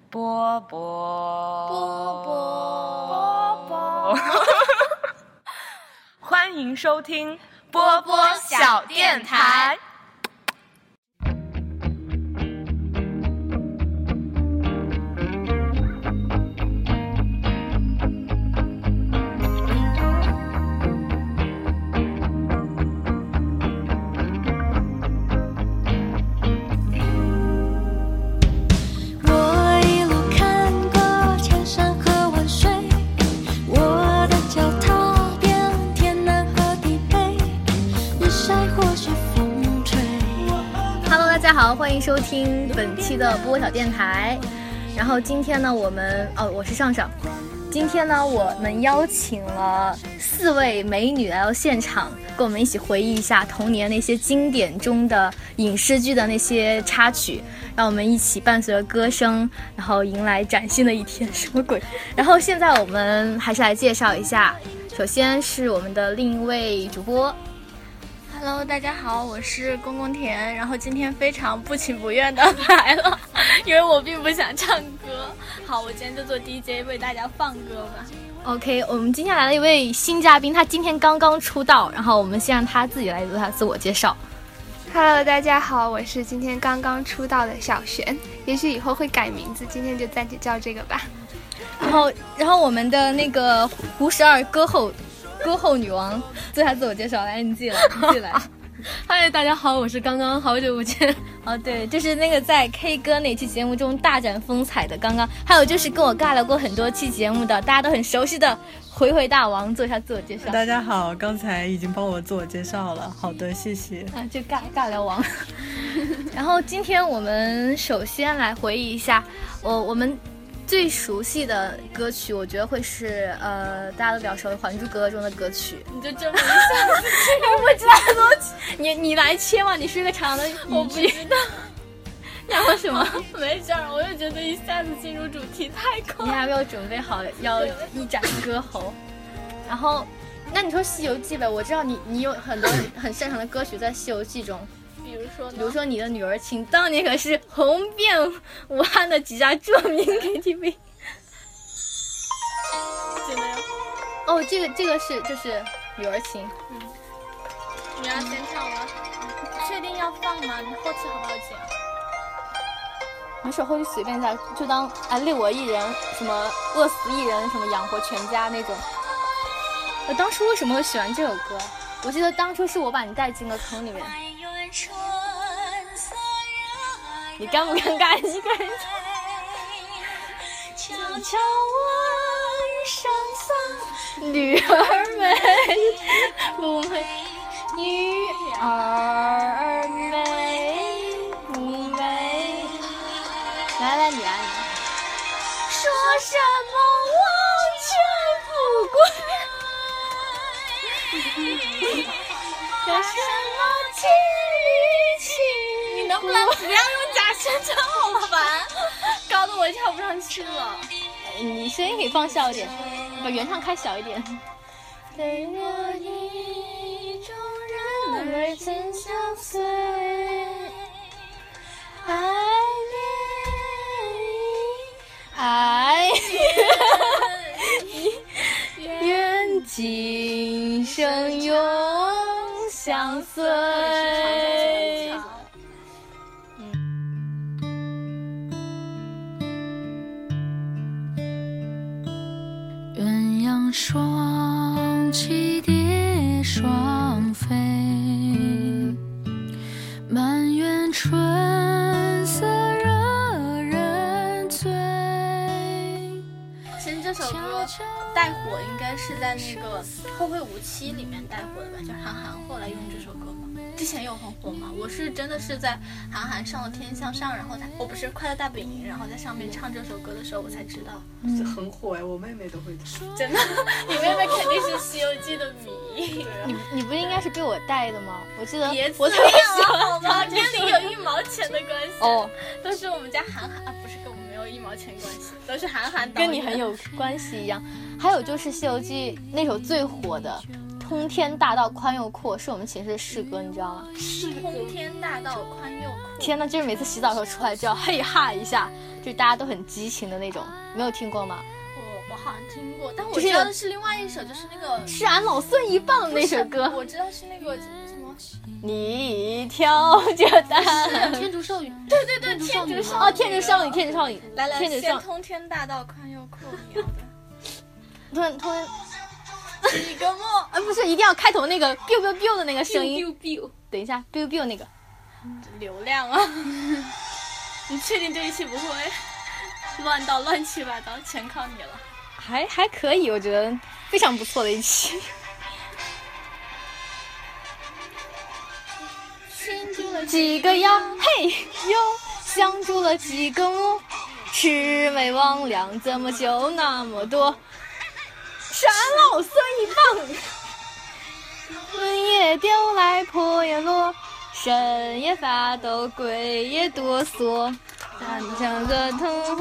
波波波波波波，欢迎收听波波小电台。 大家好，欢迎收听本期的波波小电台。然后今天呢，我是上上。今天呢，我们邀请了4位美女来到现场，跟我们一起回忆一下童年那些经典中的影视剧的那些插曲，让我们一起伴随着歌声，然后迎来崭新的一天。什么鬼？然后现在我们还是来介绍一下，首先是我们的另一位主播。 Hello， 大家好，我是公公田，然后今天非常不情不愿的来了，因为我并不想唱歌。好，我今天就做 DJ 为大家放歌吧。 OK， 我们今天来了一位新嘉宾，他今天刚刚出道，然后我们先让他自己来做他自我介绍。 Hello， 大家好，我是今天刚刚出道的小璇，也许以后会改名字，今天就暂且叫这个吧。 然后我们的那个胡12歌后女王做下自我介绍，来，你自己来。 嗨，大家好，我是刚刚，好久不见。 哦，对，就是那个在 K 歌那期节目中大展风采的刚刚，还有就是跟我尬聊过很多期节目的大家都很熟悉的回回大王，做一下自我介绍。 大家好，刚才已经帮我自我介绍了，好的，谢谢。 就尬聊王。然后今天我们首先来回忆一下，我们最熟悉的歌曲，我觉得会是大家都比较熟的《还珠格格》中的歌曲。 你就这么一下子我不知道你来切吗？你是一个长的， 我不知道。 然后什么？ 没事儿，我就觉得一下子进入主题太快。 你还没有准备好要一展歌喉。然后，那你说《西游记》呗？我知道你有很多很擅长的歌曲在《西游记》中。比如说你的女儿情，当年可是红遍武汉的几家著名 KTV。 记得哟。 哦，这个就是女儿情。 你要先唱吗？确定要放吗？你后期好不好剪？ 没事，后期随便加，就当累我一人，什么饿死一人，什么养活全家那种。我当初为什么会喜欢这首歌？我记得当初是我把你带进了坑里面。你尴不尴尬？一个人悄悄问圣僧，女儿美不美？女儿美不美？来，你来。说什么忘却不归？说什么情与情？ 你能不能不要用假声唱，好烦，搞得我跳不上去了。 你声音可以放小一点，把原唱开小一点。对我一种人儿曾相随，爱愿今生永相随。 鸳鸯双栖蝶双飞，满园春色惹人醉。 其实这首歌带火应该是在那个《后会无期》里面带火的吧，就是韩寒后来用这首歌嘛。之前有很火吗？我是真的是在韩寒上了《天天向上》，然后我不是快乐大本营，然后在上面唱这首歌的时候，我才知道。 这很火哎，我妹妹都会唱。 真的，你妹妹肯定是《西游记》的迷。 你不应该是被我带的吗？我记得别我这样了好吗？跟你有1毛钱的关系哦， 都是我们家韩寒不是跟我们没有1毛钱关系，都是韩寒跟你很有关系一样。还有就是《西游记》那首最火的通天大道宽又阔是我们寝室的诗歌，你知道吗？ 通天大道宽又阔。 天哪，就是每次洗澡的时候出来就要嘿哈一下， 就是大家都很激情的那种，没有听过吗？ 我好像听过，但我就是知道的是另外一首，就是那个是俺老孙一棒那首歌。 我知道是那个什么， 你挑着担。 天竺少女， 对对对，天竺少女。 哦，天竺少女，天竺少女， 来来， 天竺少先通天大道宽又阔苗的。 突然， 几个梦， 不是，一定要开头那个 biu biu biu 的那个声音。 biu biu， 等一下 biu biu 那个。 流量啊！你确定这一期不会乱到乱七八糟？全靠你了。 还可以，我觉得非常不错的一期。牵住了几个腰，嘿呦，相住了几个母，魑魅魍魉怎么就那么多？是俺老孙一棒，魂也丢来魄也落，身也发抖，鬼也哆嗦，但像个痛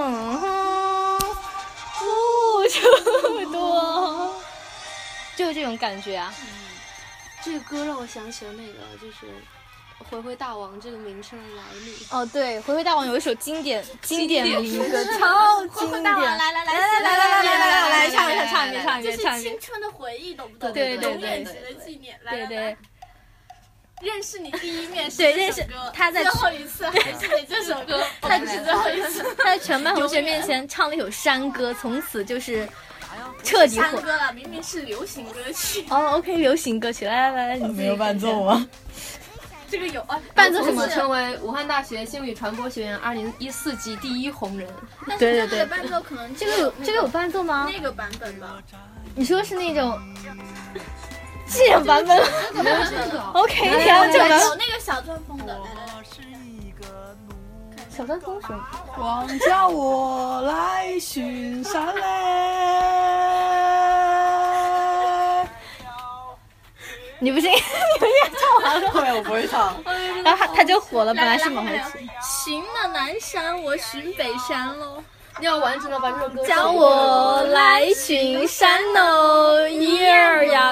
无处躲，就是这种感觉啊。 这个歌让我想起了那个，就是《回回大王》这个名称的来历。 哦，对，《回回大王》有一首经典民歌，超经典。来唱一遍。 这是青春的回忆，懂不懂？ 对， 永远值得纪念。 对。 认识你第一面是对，认识他在最后一次还是得这首歌，他是最后一次。 他在全班同学面前唱了一首山歌，从此就是彻底火。 山歌了，明明是流行歌曲。 哦 ，OK， 流行歌曲，来，你没有伴奏吗？ 这个有啊， 伴奏什么？ 成为武汉大学新闻与传播学院2014季第1红人。 对， 伴奏可能这个有伴奏吗？ 那个版本吧。 你说是那种这种版本？OK， 有那个小钻风的，来。 小钻风什么？ 光叫我来巡山嘞。 你不信？你也唱完了？ 对，我不会唱。 然后他就火了，本来是蒙黑旗。 行了南山，我巡北山喽。 要完整的把这首歌。 叫我来巡山喽，一二呀！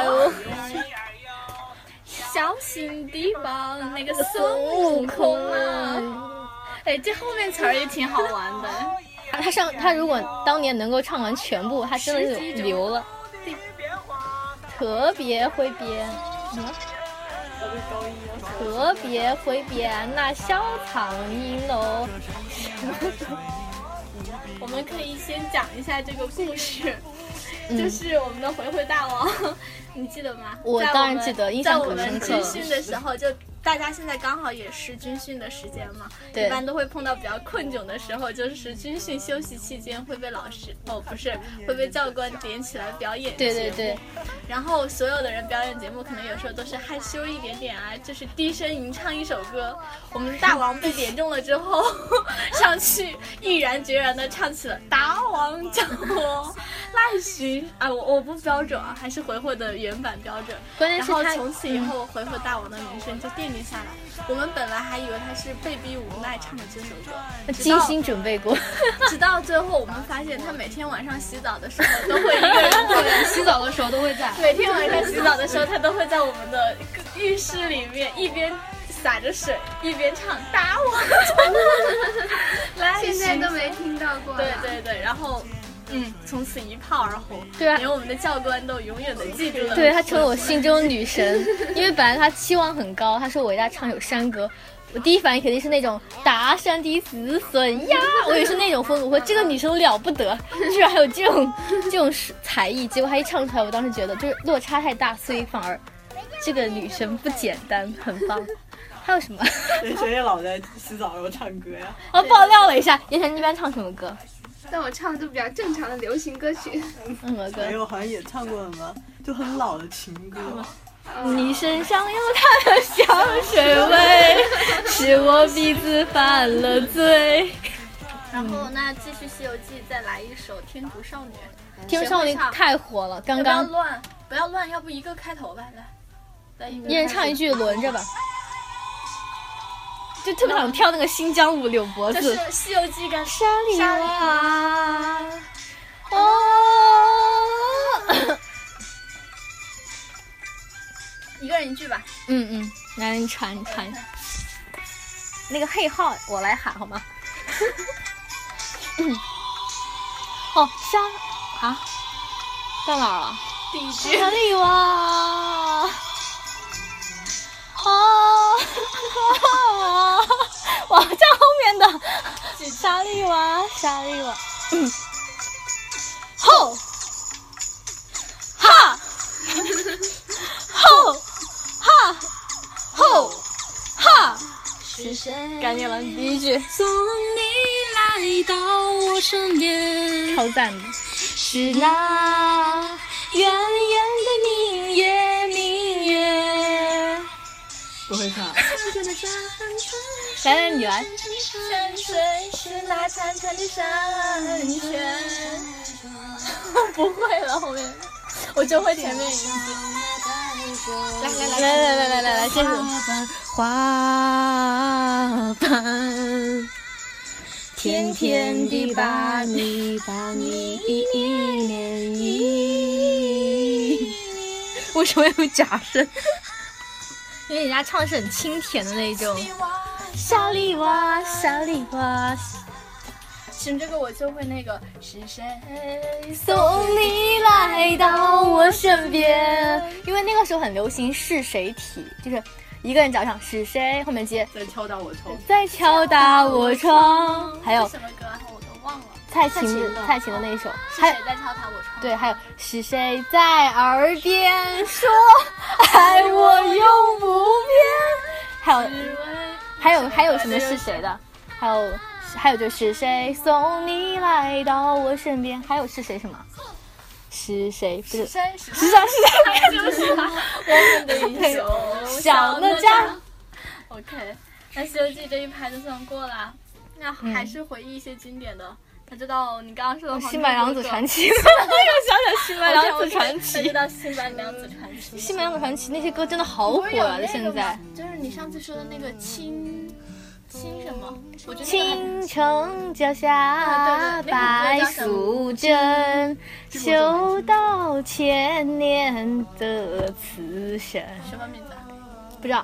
小心地方，那个孙悟空啊！哎，这后面词儿也挺好玩的。 他如果当年能够唱完全部，他真的是流了。特别会编，特别会编那小苍蝇喽。 我们可以先讲一下这个故事，就是我们的回回大王，你记得吗？ 我当然记得，印象可深刻。 在我们军训的时候，就大家现在刚好也是军训的时间嘛，一般都会碰到比较困窘的时候，就是军训休息期间会被会被教官点起来表演节目。 对。 然后所有的人表演节目，可能有时候都是害羞一点点啊，就是低声吟唱一首歌。我们大王被点中了之后，上去毅然决然的唱起了《大王叫我来巡》啊，我不标准啊，还是回回的原版标准。 关键是然后从此以后，回回大王的名声就奠定下来。我们本来还以为他是被逼无奈唱的这首歌， 精心准备过， 直到最后我们发现他每天晚上洗澡的时候都会一个人过来， 洗澡的时候都会在。 每天晚上洗澡的时候，他都会在我们的浴室里面一边洒着水一边唱打我。 来，现在都没听到过。 对，然后从此一炮而红。 对啊， 连我们的教官都永远的记住了。 对，他成了我心中的女神，因为本来他期望很高，他说我一定要唱首山歌。我第一反应肯定是那种大山的子孙呀，我以为是那种风格，我说这个女生了不得，居然还有这种才艺。结果她一唱出来，我当时觉得就是落差太大，所以反而这个女生不简单，很棒。还有什么？ 严晨也老在洗澡然后唱歌呀。 爆料了一下，严晨一般唱什么歌？ 但我唱的都比较正常的流行歌曲。 什么歌？ 没有，好像也唱过什么，就很老的情歌。 你身上有他的香水味，是我鼻子犯了罪。 然后那继续《西游记》，再来一首《天竺少女》。 天竺少女太火了，刚刚不要乱，要不一个开头吧，来一人唱一句，轮着吧。就特别想跳那个新疆舞，扭脖子。 这是《西游记》跟沙里娃。哦。 一个人一句吧。 来你传。那个嘿号我来喊好吗？ 哦，到哪儿了？ 第一句沙利娃。我站后面的沙利娃，吼哈吼哈吼哈， 是谁该念了第一句， 送你来到我身边？ 超赞的。 是那远远的明月，明月。 不会唱。 来，你来。 山水是那潺潺的山泉。 不会了，后面我就会前面一句。来，这首花瓣，甜甜地把你一年一。为什么有假声？因为人家唱的是很清甜的那种。沙利娃，沙利娃。 其实这个我就会那个是谁送你来到我身边，因为那个时候很流行是谁体，就是一个人早上是谁，后面接再敲打我窗， 再敲打我窗，还有什么歌啊？我都忘了。 蔡琴的那一首，还有谁在敲打我窗？ 对，还有是谁在耳边说爱我永不变，还有什么是谁的，还有就是谁送你来到我身边，还有是谁什么？是谁？不是谁？ 是谁？ 就是他，我们的英雄小哪吒。 OK， 那《西游记》这一排就算过了，那还是回忆一些经典的。他知道你刚刚说的新白娘子传奇，又想起新白娘子传奇。 知道新白娘子传奇。 新白娘子传奇那些歌真的好火啊！现在就是你上次说的那个青什么？我觉得青城脚下白素贞，修道千年得此身。 什么名字？ 不知道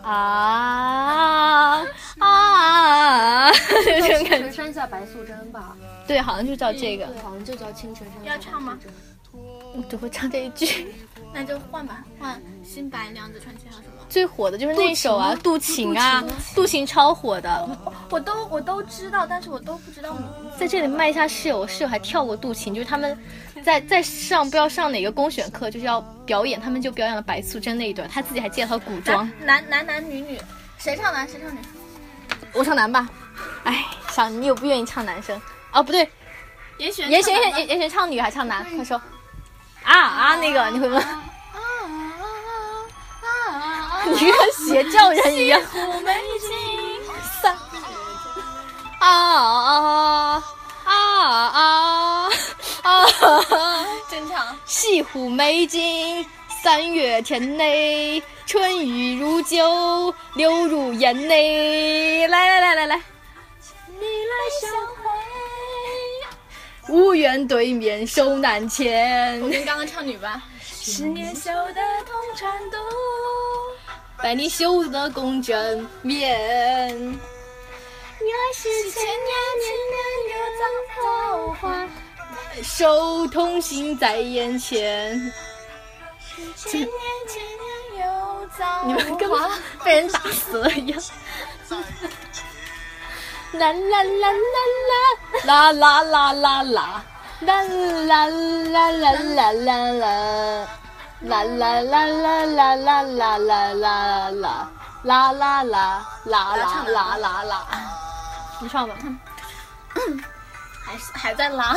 这种感觉。 山下白素贞吧？ 对，好像就叫这个。 对，好像就叫青城山。 要唱吗？ 我只会唱这一句。 那就换吧，换新白娘子传奇还有什么？ 最火的就是那首啊，渡情啊，渡情超火的。 我都知道，但是我都不知道名字。 在这里卖一下室友，我室友还跳过渡情，就是他们在上不知道上哪个公选课，就是要表演，他们就表演了白素贞那一段，他自己还借了套古装。 男女，谁唱男谁唱女？ 我唱男吧。哎，想你有不愿意唱男生？哦，不对， 严选唱女还唱男？快说。那个你会吗？你跟邪教人一样。 西湖美景三真唱。 西湖美景3月天内，春雨如酒，流入眼内。来，你来相会，无缘对面手难牵。 我跟刚刚唱女吧。10年修得同船渡， 拜你修得共枕眠。 原来是千年有造化， 手同心在眼前。 千年有造化。 你们跟被人打死了一样。啦啦啦啦啦啦啦啦啦啦。啦啦啦啦啦啦啦，啦啦啦啦啦啦啦啦啦啦，啦啦啦啦啦啦，你唱吧。 还在拉。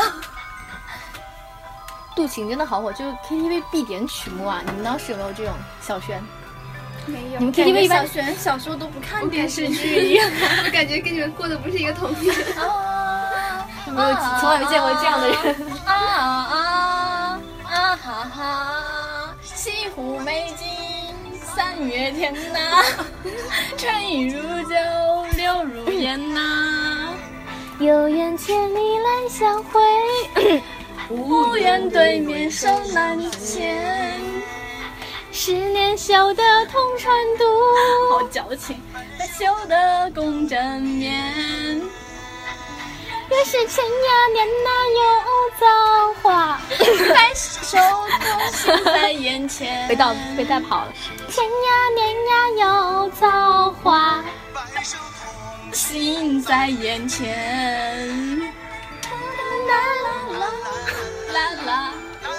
渡情真的好火，就是 KTV 必点曲目啊！你们当时有没有这种？小轩没有。 你们 KTV 一般小时候都不看电视剧一样， 我感觉跟你们过的不是一个童年。 没有，从来没见过这样的人。 哈哈！西湖美景3月天呐，春雨如酒，流入眼呐。 有缘千里来相会， 无缘对面手难牵。 10年修得同船渡， 好矫情。修得共枕眠。 愿是千年哪有造化， 白首都行在眼前。 被带跑了。千年有造化， 心在眼前。啦啦，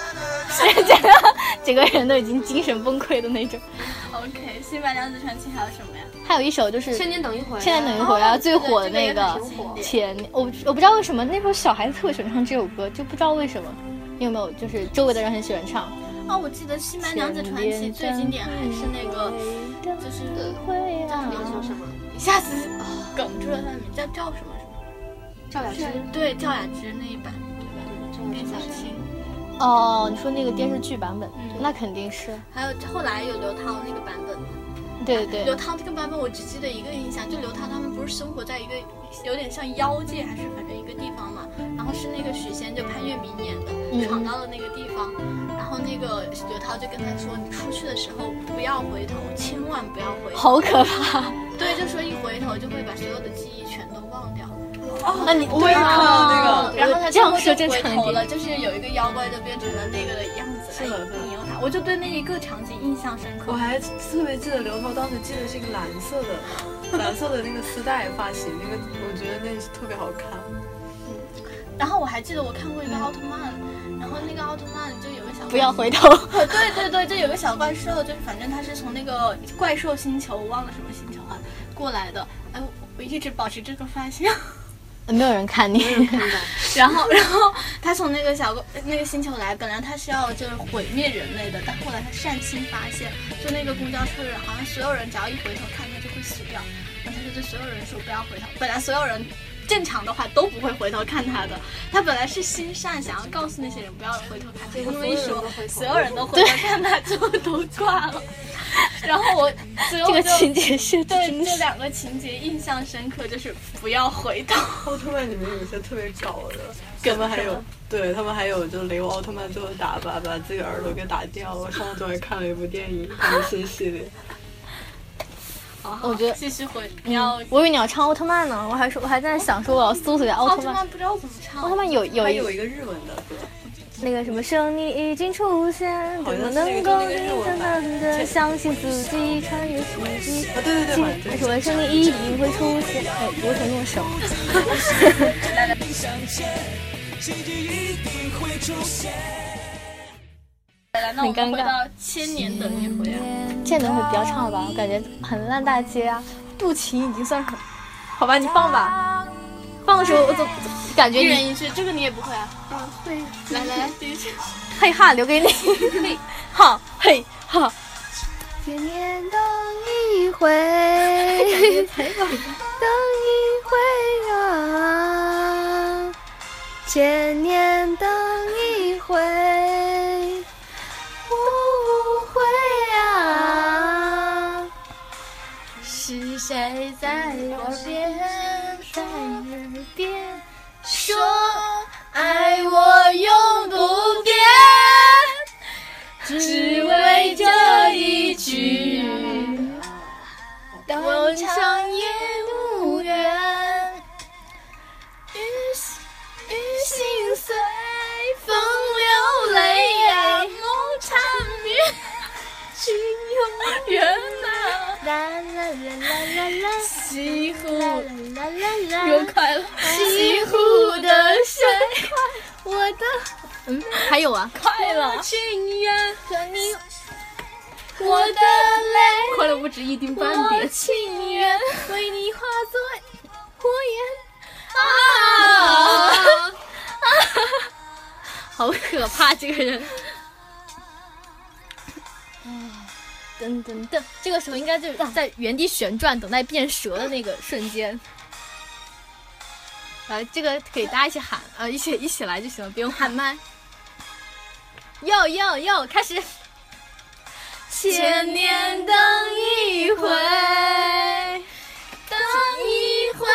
整个人都已经精神崩溃的那种。 OK， 新白娘子传奇还有什么呀？ 还有一首就是千年等一回， 千年等一回啊，最火的那个前我不知道为什么那时候小孩子特别喜欢唱这首歌，就不知道为什么。你有没有就是周围的人很喜欢唱？ 哦，我记得新白娘子传奇最经典还是那个，就是叫什么？ 一下子哽住了，他的名叫什么？ 赵雅芝， 对，赵雅芝那一版，对吧？变小青。 哦，你说那个电视剧版本，那肯定是。 还有后来有刘涛那个版本。 对对， 刘涛这个版本我只记得一个印象，就刘涛他们不是生活在一个有点像妖界还是反正一个地方嘛，然后是那个许仙就潘粤明演的，闯到了那个地方，然后那个刘涛就跟他说，你出去的时候不要回头，千万不要回头。 好可怕。 对，就说一回头就会把所有的记忆全都忘掉。 那你我也看到那个， 然后他这样说就真长回头了，就是有一个妖怪就变成了那个的样子来引诱他，我就对那一个场景印象深刻。 我还特别记得刘涛当时系的是一个蓝色的那个丝带发型，那个我觉得那特别好看。 然后我还记得我看过一个奥特曼，然后那个奥特曼就有个小不要回头。 对对对，就有个小怪兽，就是反正他是从那个怪兽星球，忘了什么星球啊过来的。哎，我一直保持这个发型。 没有人看你。 然后他从那个星球来，本来他是要就是毁灭人类的，但后来他善心发现，就那个公交车人好像所有人只要一回头看他就会死掉，然后他就对所有人说不要回头。本来所有人正常的话都不会回头看他的，他本来是心善，想要告诉那些人不要回头看他，因为一说所有人都回头看他，就都挂了。然后这个情节是对这两个情节印象深刻，就是不要回头。 奥特曼里面有一些特别搞的，他们还有就雷欧奥特曼最后把自己耳朵给打掉了。上周还看了一部电影，他们新系列。 我觉得继续回你要， 我以为你要唱奥特曼呢，我还在想说我要搜索一下奥特曼。 不知道怎么唱。 奥特曼有一个日文的歌。 那个什么声你已经出现，怎么能够真正的相信自己穿越世纪？ 对， 什么声你一定会出现？哎，我怎么那么熟？ 那我们回到千年等一回啊， 千年等一回不要唱了吧，我感觉很烂大街啊。渡情已经算很，好吧，你放吧。放的时候我总感觉一人一句，这个你也不会啊？会。来，第一句。 嘿哈，留给你。嘿哈，嘿哈。 千年等一回，等一回啊，千年等一回，不回啊。 是谁在耳边说爱我永不变，只为这一句断肠也无缘，与心碎风流泪眼梦缠绵，情永远啊， 啦啦啦啦啦， 西湖啦啦啦， 又快了，西湖的水， 我的还有啊， 快了，情缘和你，我的泪快了不止一丁半我点， 情缘为你化作火焰好可怕这个人。噔噔噔，这个时候应该就是在原地旋转，等待变蛇的那个瞬间。这个可以大家一起喊啊，一起来就行了，不用喊麦。哟，开始。 千年等一回，等一回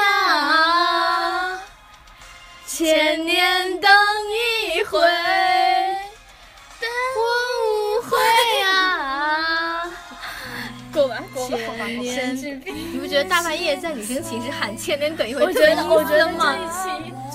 啊，千年等一回，我无悔啊。够吧， 千年神经病。 你不觉得大半夜在女生寝室喊千年等一回？ 我觉得吗？ 这一期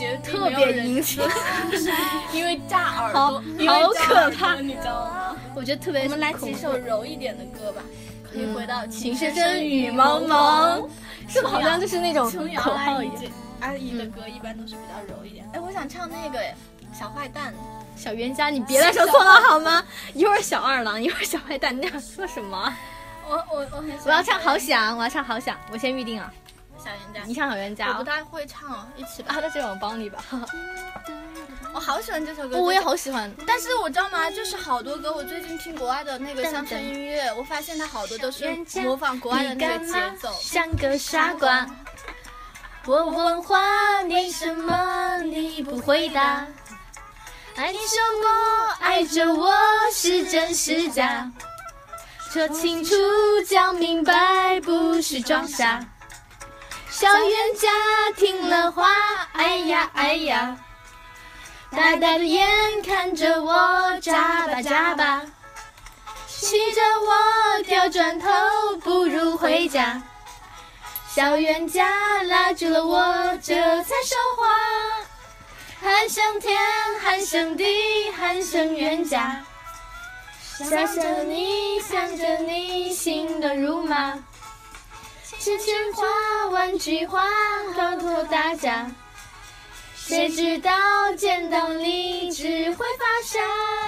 别引起， 因为炸耳好朵，因为炸耳朵可怕你知道吗？ 我觉得特别我们来恐怖几首柔一点的歌吧，可以回到情深深雨蒙蒙，是不是好像就是那种琼瑶口号一样？ 阿姨的歌一般都是比较柔一点。哎，我想唱那个小坏蛋。 小冤家，你别再说错了好吗？一会儿小二郎，一会儿小坏蛋，你俩说什么？ 我很喜欢。 我要唱好想，我要唱好想，我先预定啊。 小冤家， 你唱小冤家、 我不太会唱，一起吧。 那这种我帮你吧。 我好喜欢这首歌， 我也好喜欢。 但是我知道吗？就是好多歌，我最近听国外的那个乡村音乐，我发现它好多都是模仿国外的那个节奏， 像个傻瓜。我问话，为什么你不回答？爱你说过，爱着我是真是假？说清楚，讲明白，不是装傻。小冤家听了话，哎呀哎呀，大大的眼看着我眨巴眨巴，气着我掉转头，不如回家。小冤家拉住了我，这才说话。喊声天，喊声地，喊声冤家。想着你，想着你，心的如麻。千千话，万句话，偷偷打架。谁知道见到你只会发傻。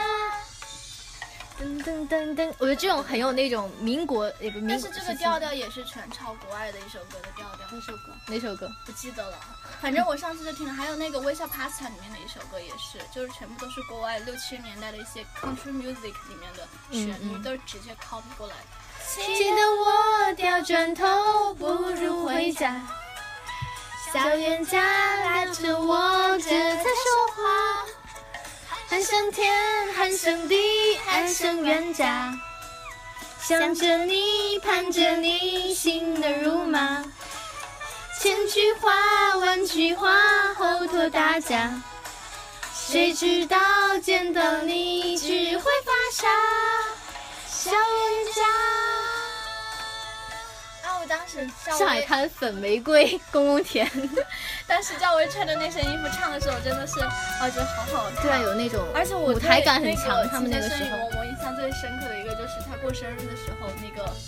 噔噔噔噔，我觉得这种很有那种民国，也不民国。 但是这个调调也是全抄国外的一首歌的调调。 那首歌？哪首歌？ 不记得了。反正我上次就听了，还有那个《微笑 Pasta》里面的一首歌也是，就是全部都是国外60、70年代的一些 country music 里面的旋律，都是直接 copy 过来的。 气得我掉转头，不如回家。小冤家拉着我，这才说话。喊声天，喊声地，喊声冤家。想着你，盼着你，心的如麻。千句话，万句话，后头打架。谁知道见到你只会发傻。小冤家。 我当时上海滩粉玫瑰公公田， 当时赵薇穿的那身衣服唱的时候，真的是我觉得好好看。 对啊，有那种， 而且我舞台感很强。他们那个时候， 我印象最深刻的一个就是他过生日的时候，那个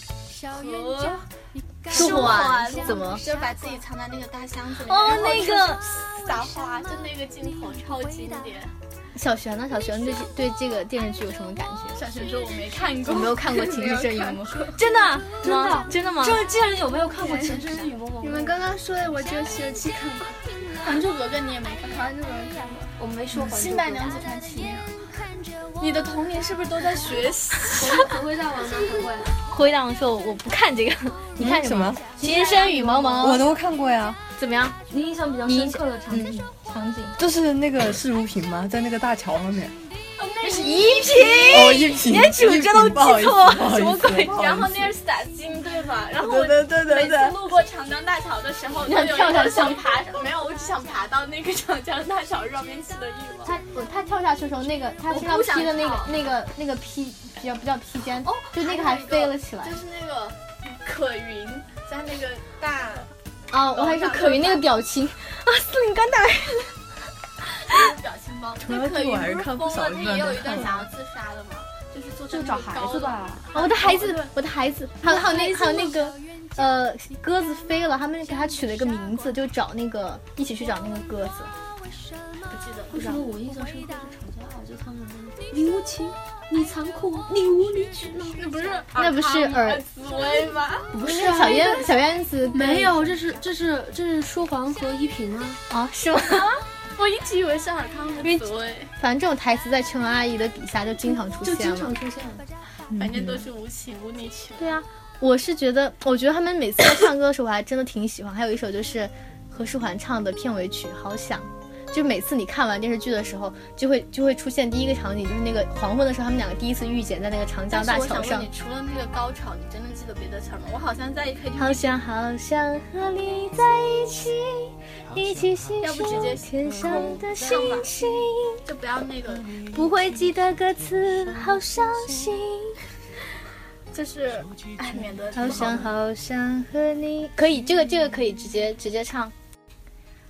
舒缓怎么就把自己藏在那个大箱子里面， 哦，那个撒花，就那个镜头超经典。 小璇呢？小璇对这个电视剧有什么感觉？ 小璇说我没看过， 我没有看过《情深深雨蒙蒙》，真的吗？ 这竟然有没有看过《情深深雨蒙蒙》？ 你们刚刚说的我只有《西游记》看过， 《还珠格格》你也没看，《还珠格格》看过， 我没说《 新白娘子传奇》。你的童年是不是都在学习？ 回归大王呢？ 回归大王说我不看这个，你看什么？《情深深雨蒙蒙》 我都看过呀。 怎么样？ 你印象比较深刻的场景？ 就是那个是如萍吗？在那个大桥上面。 那是依萍。 哦，依萍。 连主角都记错，什么鬼？ 然后那是洒金对吧？然后对。 每次路过长江大桥的时候，都有一个想爬，没有，我只想爬到那个长江大桥上面去的欲望。 他跳下去的时候，那个他身上披的那个披不叫披肩，就那个还飞了起来。 就是那个可云在那个大。 哦，我还是可云那个表情啊，司令官大人。 表情包，那可云不是疯了，他也有一段想要自杀的吗？就是坐就找孩子吧。 我的孩子，还有那个鸽子飞了，他们给他取了一个名字，就一起去找那个鸽子。 不记得。 为什么我印象深刻是吵架了？就他们你无情，你残酷，你无理取闹。 那不是尔茨威吗？ 不是小燕子， 没有，这是舒缓和依萍啊。 啊，是吗？ 我一直以为是尔康和紫薇。 反正这种台词在琼阿姨的笔下就经常出现了。 反正都是无情无理取闹。 对啊，我觉得他们每次在唱歌的时候，我还真的挺喜欢。还有一首就是何书桓唱的片尾曲《好想》。就每次你看完电视剧的时候，就会出现第一个场景，就是那个黄昏的时候，他们两个第一次遇见在那个长江大桥上。 你除了那个高潮，你真的记得别的词吗？我好像在KTV。 好想和你在一起，一起细数天上的星星。 就不要那个， 不会记得歌词，好伤心。 就是免得。 好想和你，可以，这个可以直接唱。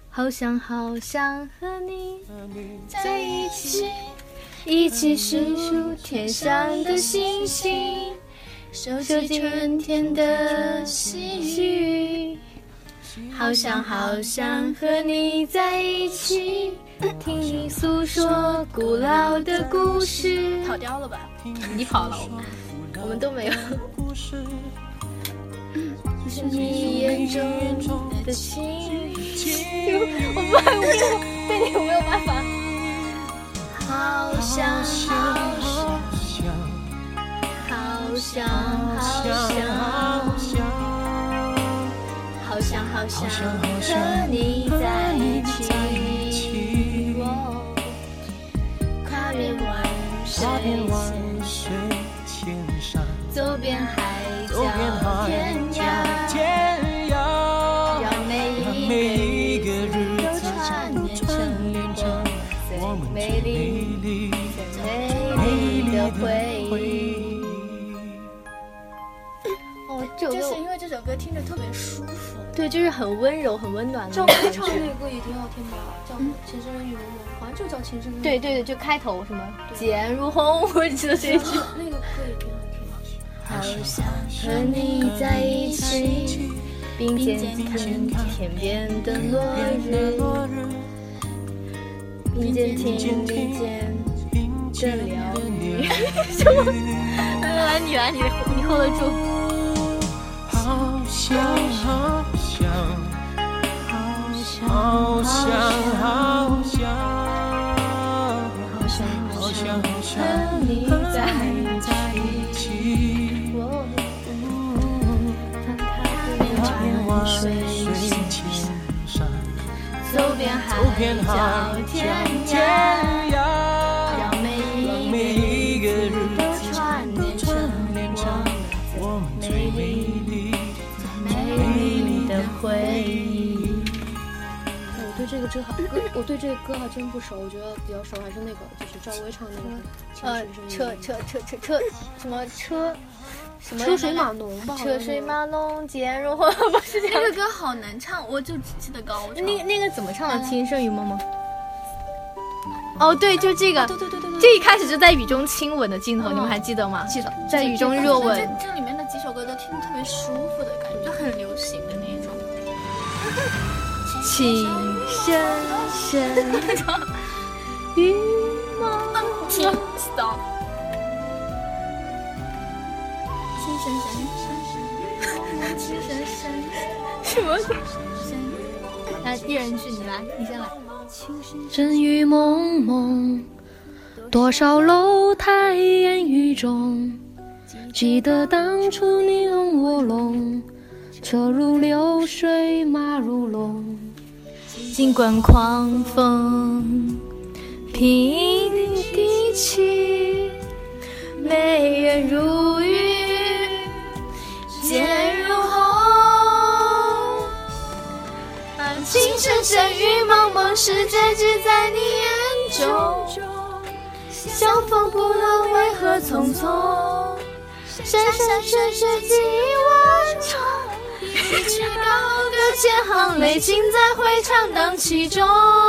好想好想和你在一起，一起数数天上的星星，收集春天的细雨。好想好想和你在一起，听你诉说古老的故事。 跑掉了吧？ 你跑了，我们都没有。是你眼中的情绪，我不然我对你有没有办法？好想好想好想好想好想好想和你在一起，跨越万水千山，走遍海角天涯，让每一个日子串联成最美丽的回忆。哦， 就是因为这首歌听着特别舒服， 对，就是很温柔、很温暖的。 赵薇唱的那个歌也挺好听吧？叫《情深深雨蒙蒙》，好像就叫《情深深雨蒙蒙》。 对对对，就开头什么“剑如虹”，我只记得这一句。 那个歌也挺好听的。 好想和你在一起，并肩听天边的落日，并肩听林间的鸟语。什么？来，你来，你 hold 得住。好想好想好想好想好想好想和你在一起。水千山，走遍海角天涯，让每一个日子串联成我们最美丽的回忆。 我对这个歌还真不熟，我觉得比较熟还是那个，就是赵薇唱的那个什么车水马龙吧？ 车水马龙，剑如虹，不是这那个歌好难唱，我就只记得高潮。 那个怎么唱的？情深雨蒙蒙。哦，对，就这个， 对， 这一开始就在雨中亲吻的镜头，你们还记得吗？ 记得， 在雨中热吻。 这里面的几首歌都听着特别舒服的感觉，就很流行的那种。 情深深雨蒙蒙。 停 ，stop。 什么？来，一人句，你来，你先来。 真雨蒙蒙，多少楼台烟雨中，记得当初你拥我拢，车如流水马如龙， 尽管狂风平地起，美人如玉，剑如虹。情深深雨蒙蒙，世界只在你眼中，相逢不能为何匆匆，山山水水几万重，一曲高歌千行泪，尽在会场荡气中。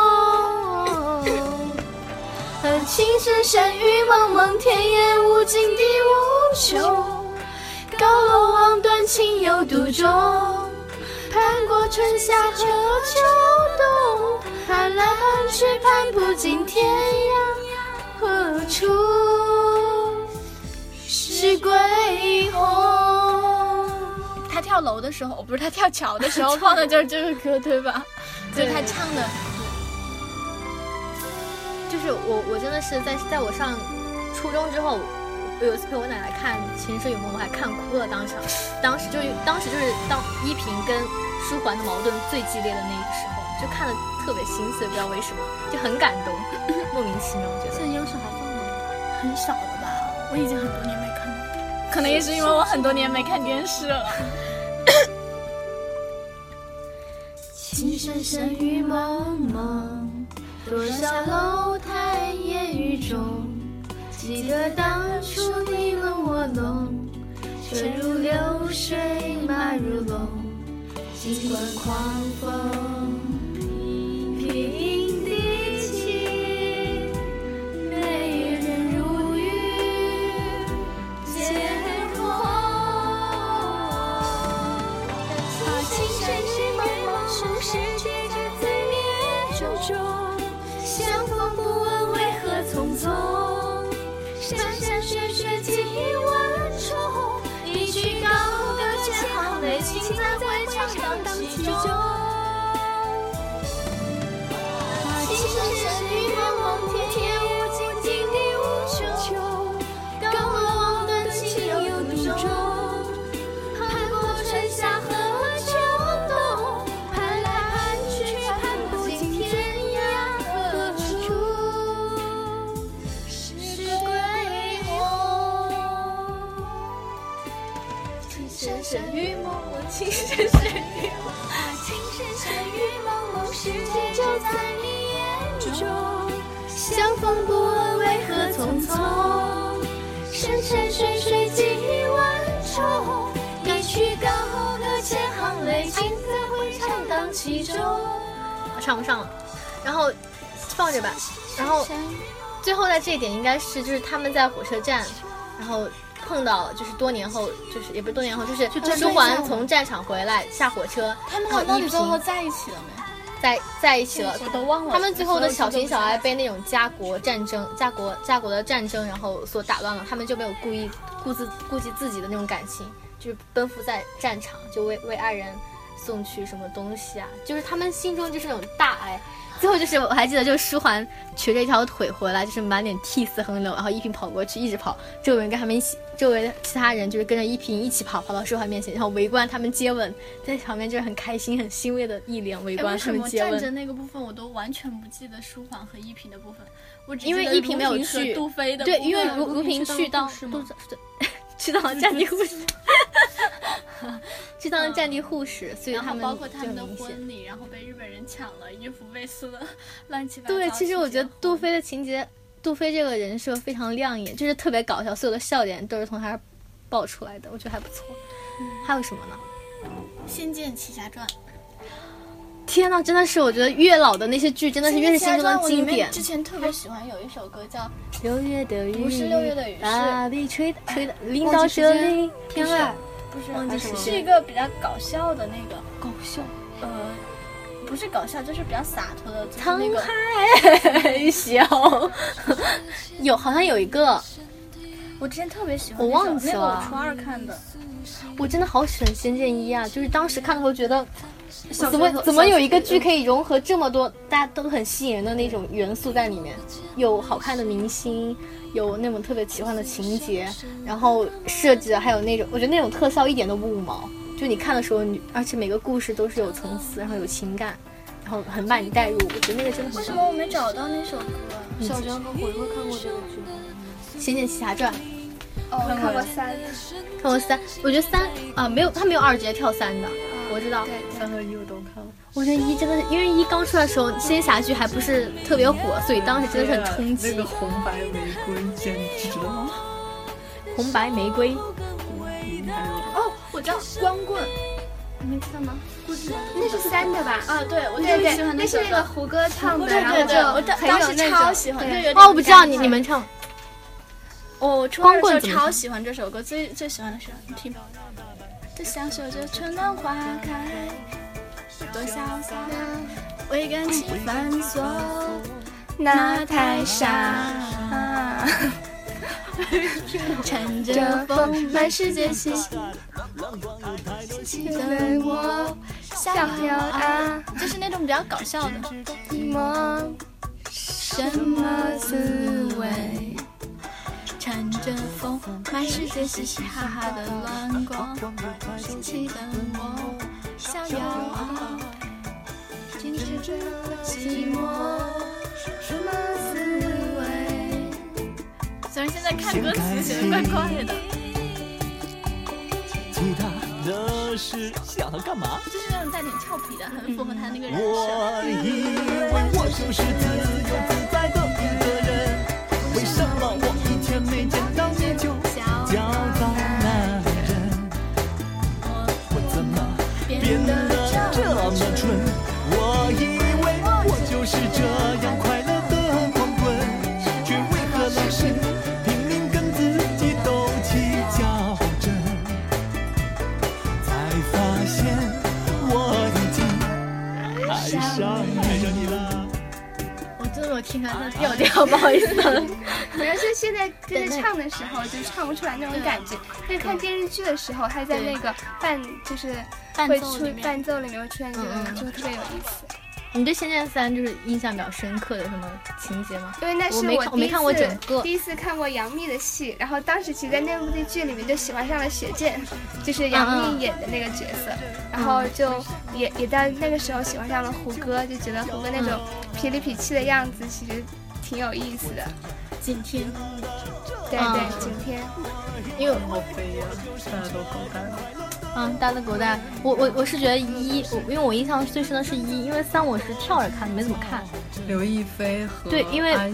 情深深雨蒙蒙，天也无尽地无穷，高楼望断情有独钟，盼过春夏和秋冬，盼来盼去盼不尽天涯何处是归鸿。 他跳楼的时候，不是他跳桥的时候放的就是这个歌，对吧？就是他唱的。 就是我真的是在我上初中之后，我有一次陪我奶奶看《情深雨蒙蒙》，我还看哭了。当时就是当依萍跟舒缓的矛盾最激烈的那个时候，就看得特别心碎，不知道为什么，就很感动，莫名其妙。我觉得现在央视还放吗？很少了吧？我已经很多年没看了，可能也是因为我很多年没看电视了。 情深深雨蒙蒙，多少楼台烟雨中，记得当初你问我拢，车如流水马如龙，尽管狂风中，相逢不问为何匆匆，山山水水几万重，一曲高歌千行泪，情在回肠荡气中。情深深雨蒙蒙，天天无尽，地地无穷，高楼望断，情有独钟，盼过春夏和秋冬，盼来盼去盼不尽，天涯何处是归鸿。情深深雨蒙蒙，情深深雨蒙蒙，情深深雨蒙蒙，世界就在你眼中，相逢不问为何匆匆，山山水水几万重，一曲高歌千行泪，情在回肠荡气中。 唱不上了，然后放着吧。然后最后在这一点应该是就是他们在火车站，然后碰到了，就是多年后，就是也不是多年后，就是舒桓从战场回来下火车， 他们俩到底最后在一起了没？ 在一起了， 我都忘了。 他们最后的小情小爱被那种家国的战争，然后所打乱了，他们就没有顾及自己的那种感情，就是奔赴在战场，就为爱人送去什么东西啊，就是他们心中就是那种大爱。最后就是我还记得，就是舒桓瘸着一条腿回来，就是满脸涕泗横流，然后依萍跑过去一直跑，周围跟他们一起，周围其他人就是跟着依萍一起跑到舒桓面前，然后围观他们接吻，在旁边就是很开心很欣慰的一脸围观他们接吻。 战争那个部分我都完全不记得舒桓和依萍的部分，我只因为依萍没有去杜飞的部分， 对，因为如萍去到去当了战地护士，去当了战地护士，所以他们包括他们的婚礼，然后被日本人抢了，衣服被撕的乱七八糟。 对，其实我觉得杜飞的情节，杜飞这个人设非常亮眼，就是特别搞笑，所有的笑点都是从他这儿爆出来的，我觉得还不错。还有什么呢？ 《仙剑奇侠传》。 天呐，真的是我觉得越老的那些剧真的是越是心中的经典。 之前特别喜欢有一首歌叫 6月的雨， 不是6月的雨， 大地吹的淋到这里，天籁， 不是忘记什么， 是一个比较搞笑的那个搞笑， 不是搞笑，就是比较洒脱的，就是沧那个海小，有好像有一个， 我之前特别喜欢， 我忘记了， 那个我初二看的， 我真的好喜欢《仙剑1》啊，就是当时看的时候觉得。怎么有一个剧可以融合这么多大家都很吸引人的那种元素在里面，有好看的明星，有那种特别奇幻的情节，然后设计还有那种我觉得那种特效一点都不五毛，就你看的时候而且每个故事都是有层次，然后有情感，然后很把你带入，我觉得那个真的很为什么我没找到那首歌啊？ 小张和回看过这个剧吗？ 《仙剑奇侠传》 哦，看过3， 看过3，我觉得3啊没有，他没有2直接跳3的，我知道。 3和1我都看了。 我觉得1真的是，因为1刚出来的时候，仙侠剧还不是特别火，所以当时真的是很冲击。 那个红白玫瑰简直了。 红白玫瑰。 哦，我知道光棍，你们知道吗？ 不知道，那是3的吧？ 啊，对，我对最喜欢那是那个胡歌唱的，然后对，我就当时超喜欢。 哦，我不知道你们唱。 我初二的时候超喜欢这首歌，最喜欢的是你听。就享受着春暖花开，多潇洒，为感情繁琐，那太傻。乘着风，满世界嬉戏，嬉的我逍遥啊，就是那种比较搞笑的。寂寞什么滋味？乘着风，满世界嘻嘻哈哈的乱逛，兴起的我逍遥啊，停止着寂寞什么滋味？虽然现在看歌词写的怪怪的。 其他的事想要干嘛？ 就是那种带点俏皮的，很符合他那个人设。 我以为我就是自由自在的一个人，为什么我一天没见到你就叫到男人？我怎么变得这么蠢？我以为我就是这样快乐的光棍，却为何老是拼命跟自己斗气较真？才发现我已经爱上你了。 我听出来他调调，不好意思。 主要是现在跟着唱的时候就唱不出来那种感觉，但是看电视剧的时候，他在那个就是会出伴奏里面会出现这个，就会特别有意思。 你对《仙剑3》就是印象比较深刻的什么情节吗？ 因为那是我没看过整个， 第一次看过杨幂的戏，然后当时其实在那部剧里面就喜欢上了雪见，就是杨幂演的那个角色，然后就也在那个时候喜欢上了胡歌，就觉得胡歌那种痞里痞气的样子其实挺有意思的。 景天， 对，景天， 因为好飞呀，大家都狗蛋。 大家的狗蛋，我是觉得因为我印象最深的是因为3我是跳着看，没怎么看。 刘亦菲和对，因为安以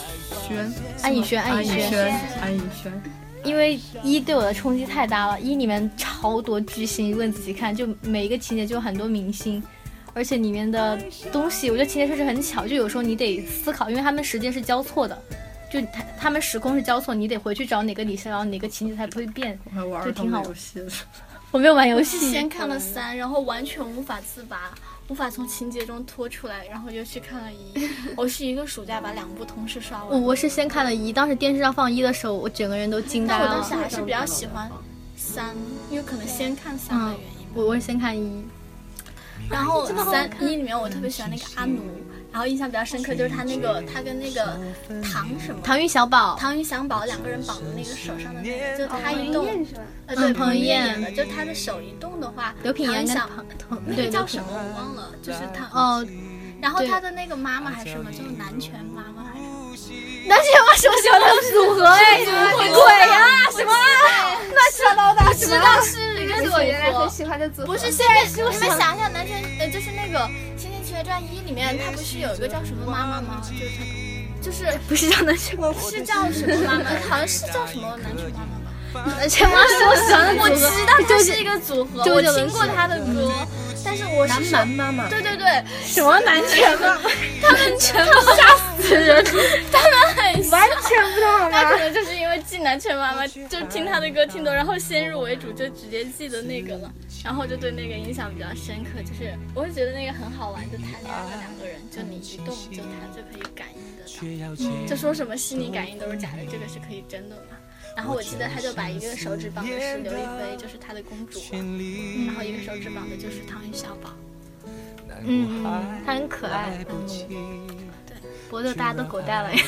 轩， 因为对我的冲击太大了，里面超多巨星，如果你仔细看，就每一个情节就有很多明星。而且里面的东西，我觉得情节设置很巧，就有时候你得思考，因为他们时间是交错的，就他们时空是交错，你得回去找哪个李逍遥，哪个情节才不会变， 我还玩就挺好游戏的。 我没有玩游戏， 先看了3，然后完全无法自拔，无法从情节中脱出来，然后又去看了1。我是一个暑假把2部同时刷完。 我是先看了1，当时电视上放1的时候，我整个人都惊呆了。 但我当时还是比较喜欢3，因为可能先看3的原因。 我是先看1。 然后1里面我特别喜欢那个阿奴，然后印象比较深刻就是他跟那个唐钰小宝 2个人绑的那个手上的那个，就他一动， 对， 彭于晏演的，就他的手一动的话， 刘品言跟那个叫什么我忘了，就是他然后他的那个妈妈还是什么，就是南拳妈妈还是南拳妈什么喜欢的组合哎，什么鬼呀？什么？那扯到大知道是一个组合， 我原来很喜欢的组合。 不是现在，你们想想，南拳就是那个《仙剑奇侠传1》里面，他不是有一个叫什么妈妈吗？就是他，就是不是叫南拳妈妈， 是叫什么妈妈？好像是叫什么南拳妈妈吧？ 南拳妈是我喜欢的组合， 我知道这是一个组合，我听过他的歌。但是我是南妈妈， 对， 什么南拳妈妈？ 他们全部吓死人，他们很完全不懂好吗？ 那可能就是因为记南拳妈妈，就听他的歌听多，然后先入为主，就直接记得那个了，然后就对那个印象比较深刻。就是我会觉得那个很好玩，就谈恋爱的2个人，就你一动，就他就可以感应得到。就说什么心理感应都是假的，这个是可以真的嘛？然后我记得他就把一个手指绑的是刘亦菲，就是他的公主，然后一个手指绑的就是唐钰小宝。 他很可爱。对，不过大家都狗带了呀。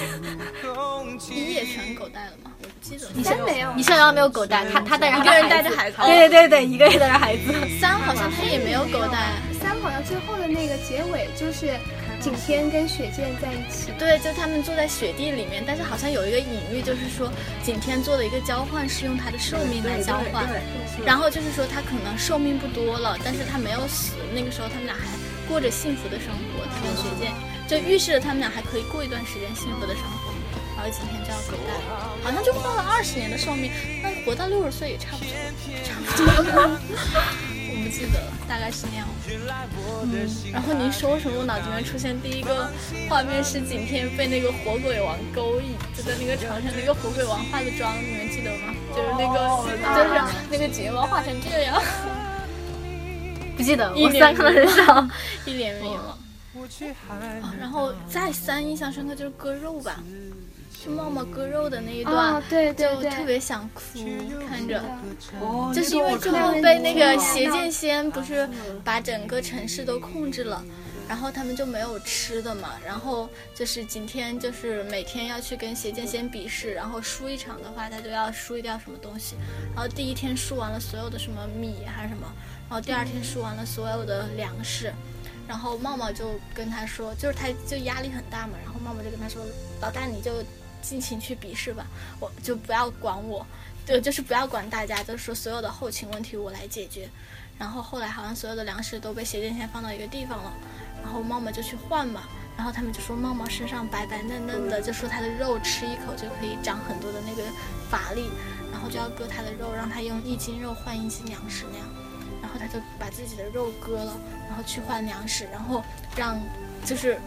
1也全狗带了吗？我不记得。 3没有， 李逍遥没有狗带，他带着一个人带着孩子。 对，一个人带着孩子。 3好像他也没有狗带。 3好像最后的那个结尾就是景天跟雪见在一起。 对，就他们坐在雪地里面，但是好像有一个隐喻，就是说景天做的一个交换是用他的寿命来交换，然后就是说他可能寿命不多了，但是他没有死，那个时候他们俩还过着幸福的生活，他跟雪见就预示着他们俩还可以过一段时间幸福的生活。然后景天就要狗带，好像就活了20年的寿命，那活到60岁也差不多。我不记得了，大概是那样。然后你说什么？我脑子里面出现第一个画面是景天被那个火鬼王勾引，就在那个床上，那个火鬼王化的妆，你们记得吗？就是那个，就是那个睫毛画成这样。 不记得，我3看的很少， 一脸迷茫。然后再3印象深刻就是割肉吧。是茂茂割肉的那一段， 对， 就特别想哭，看着，就是因为最后被那个邪剑仙不是把整个城市都控制了，然后他们就没有吃的嘛，然后就是景天就是每天要去跟邪剑仙比试，然后输一场的话他就要输掉什么东西，然后第1天输完了所有的什么米还是什么，然后第2天输完了所有的粮食。然后茂茂就跟他说，就是他就压力很大嘛，然后茂茂就跟他说，老大你就尽情去比试吧，我就不要管我，对，就是不要管大家，就是说所有的后勤问题我来解决。然后后来好像所有的粮食都被邪剑仙放到一个地方了，然后茂茂就去换嘛，然后他们就说茂茂身上白白嫩嫩的，就说他的肉吃一口就可以长很多的那个法力，然后就要割他的肉，让他用1斤肉换1斤粮食那样。然后他就把自己的肉割了，然后去换粮食，然后让就是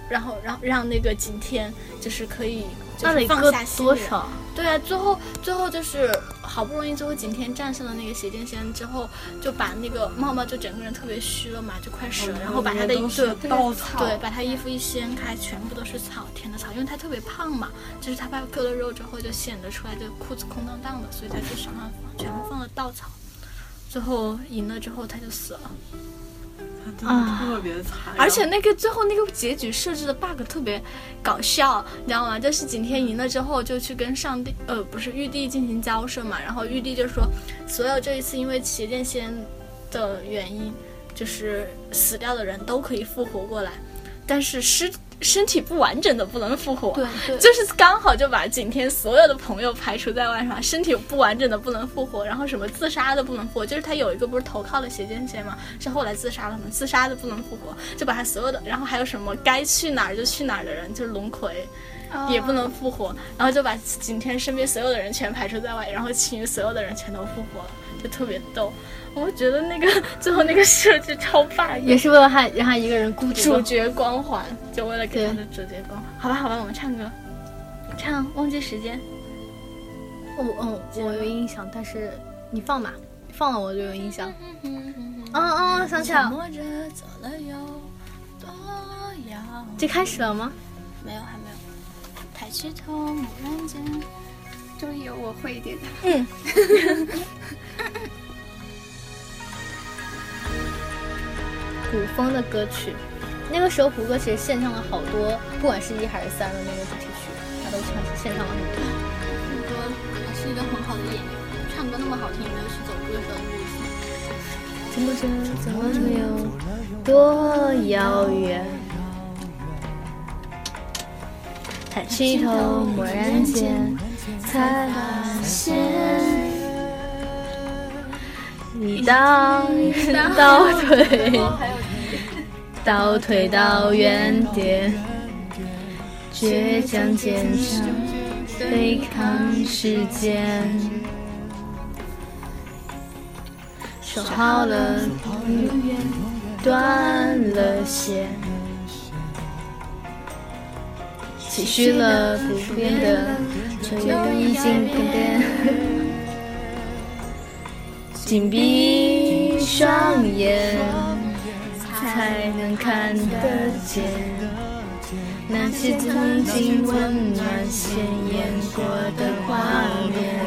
然后让那个景天就是可以就是那得割放下心多少？ 对啊，最后就是好不容易最后景天战胜了那个邪剑仙之后，就把那个茂茂就整个人特别虚了嘛，就快死了，然后把他的衣服稻草， 对，把他衣服一掀开，全部都是草，甜的草，因为他特别胖嘛，就是他怕割了肉之后就显得出来就裤子空荡荡的，所以他就身上全部放了稻草，最后赢了之后他就死了。 真的特别惨， 而且那个最后那个结局设置的 bug 特别搞笑，你知道吗？就是景天赢了之后就去跟上帝不是玉帝进行交涉嘛，然后玉帝就说所有这一次因为邪剑仙的原因就是死掉的人都可以复活过来，但是身体不完整的不能复活， 对， 就是刚好就把景天所有的朋友排除在外嘛，身体不完整的不能复活，然后什么自杀的不能复活，就是他有一个不是投靠了邪剑仙嘛，是后来自杀了嘛，自杀的不能复活，就把他所有的，然后还有什么该去哪儿就去哪儿的人，就是龙葵。也不能复活，然后就把景天身边所有的人全排除在外，然后其余所有的人全都复活了，就特别逗。我觉得那个最后那个设置超霸， 也是为了让他一个人孤独主角光环，就为了给他的主角光环。好吧，我们唱歌，唱忘记时间。 我有印象，但是你放吧，放了我就有印象。想起来了，这开始了吗？ 没有，还没有。抬起头，蓦然间， 终于有我会一点的。 古风的歌曲，那个时候胡歌其实献唱了好多，不管是1还是3的那个主题曲，他都献唱了很多。 胡歌还是一个很好的演员，唱歌那么好听，没有去走歌手的路线。 怎么有多遥远？抬起头，蓦然间才发现，你倒退到原点，倔强坚强对抗时间，说好了断了线，期许了不变的，却又已经不变。紧闭双眼，才能看得见那些曾经温暖鲜艳过的画面。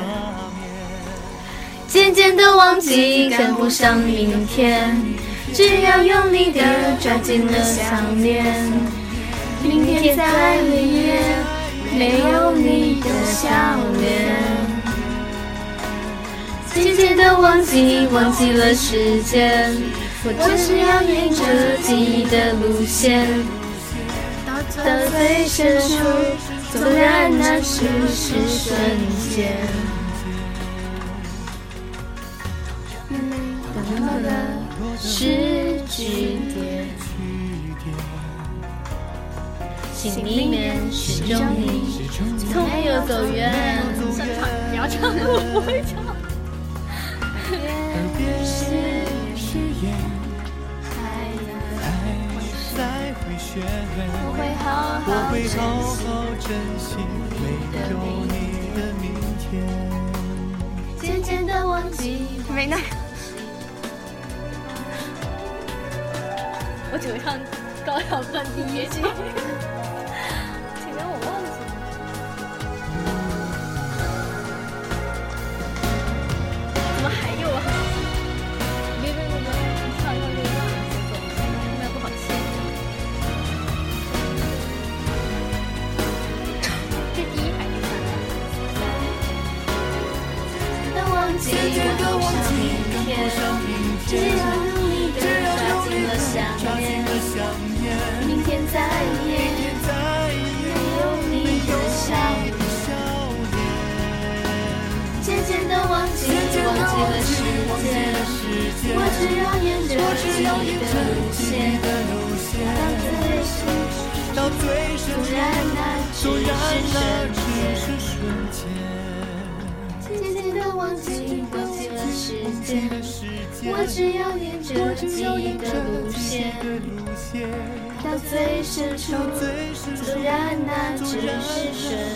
渐渐的忘记，赶不上明天，只要用力的抓紧了想念。明天再离别，没有你的笑脸。渐渐的忘记了时间，我只要沿着记忆的路线，到最深处，纵然那只是瞬间。等到的是句点，心里面始终你，从没有走远。 你要唱歌，我不会唱。 耳边是誓言，再会旋转， 我会好好珍惜没有你的明天。 渐渐的忘记， 没呢。 我只会唱高晓松第一句，前面我忘记了。怎么还有啊？别唱一个那个乱的节奏，那不好听。这第一还是第3？的忘记，明天，只要用力的抓紧了想念，明天再也没有你的笑脸。渐渐的忘记了时间，我只要沿着记忆的路线，到最深处，纵然那只是瞬间。渐渐的忘记了时间，我只要沿着记忆的路线，到最深处，纵然那只是